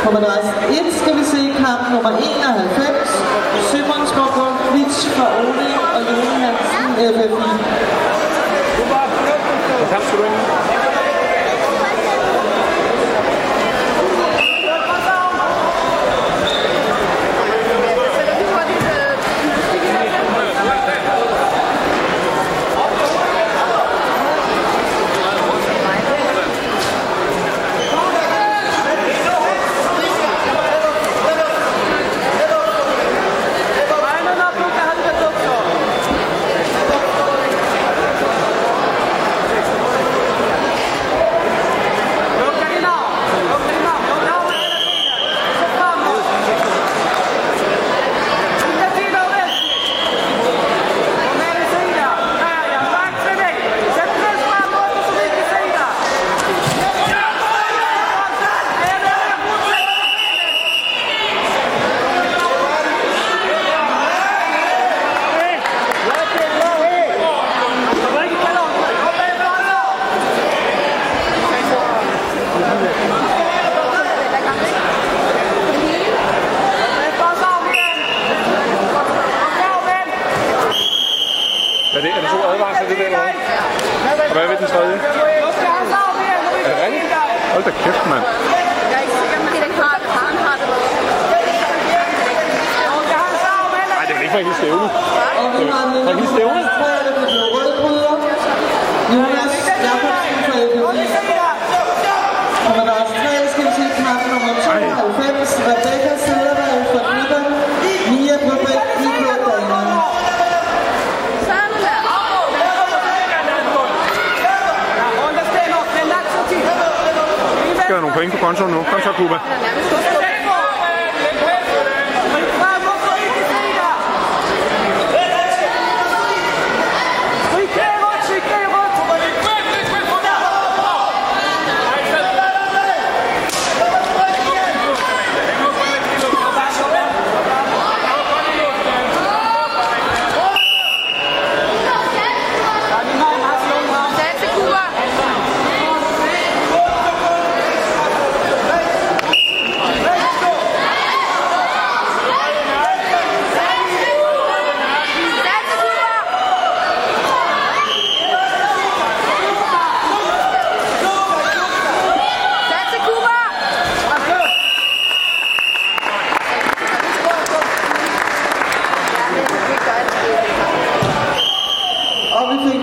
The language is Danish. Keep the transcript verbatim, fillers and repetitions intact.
På madras et skal vi se kamp nummer enoghalvfems. Simonsborg Golfwitz fra Ole og Jone Hansen F F I. Hvad kamp skal du ind i? Er det, er det to advarsler, det der, eller hvad? Og hvad er ved den tredje? Er det rigtigt? Hold da kæft, mand. Jeg er ikke sikker, men det har det. Han har det. Nej, det er vel ikke for at hilse stævne? Og vi har en For at hilse stævne? rødbryder. Jonas Jakobsen fra F F I. På madras tre skal vi se kamp nummer tooghalvfems. Rebecca Silverberg fra Nyberg. Mia Brubæk i Danmark. Skal der nogle point på kontoen nu? Kom så, Kuba.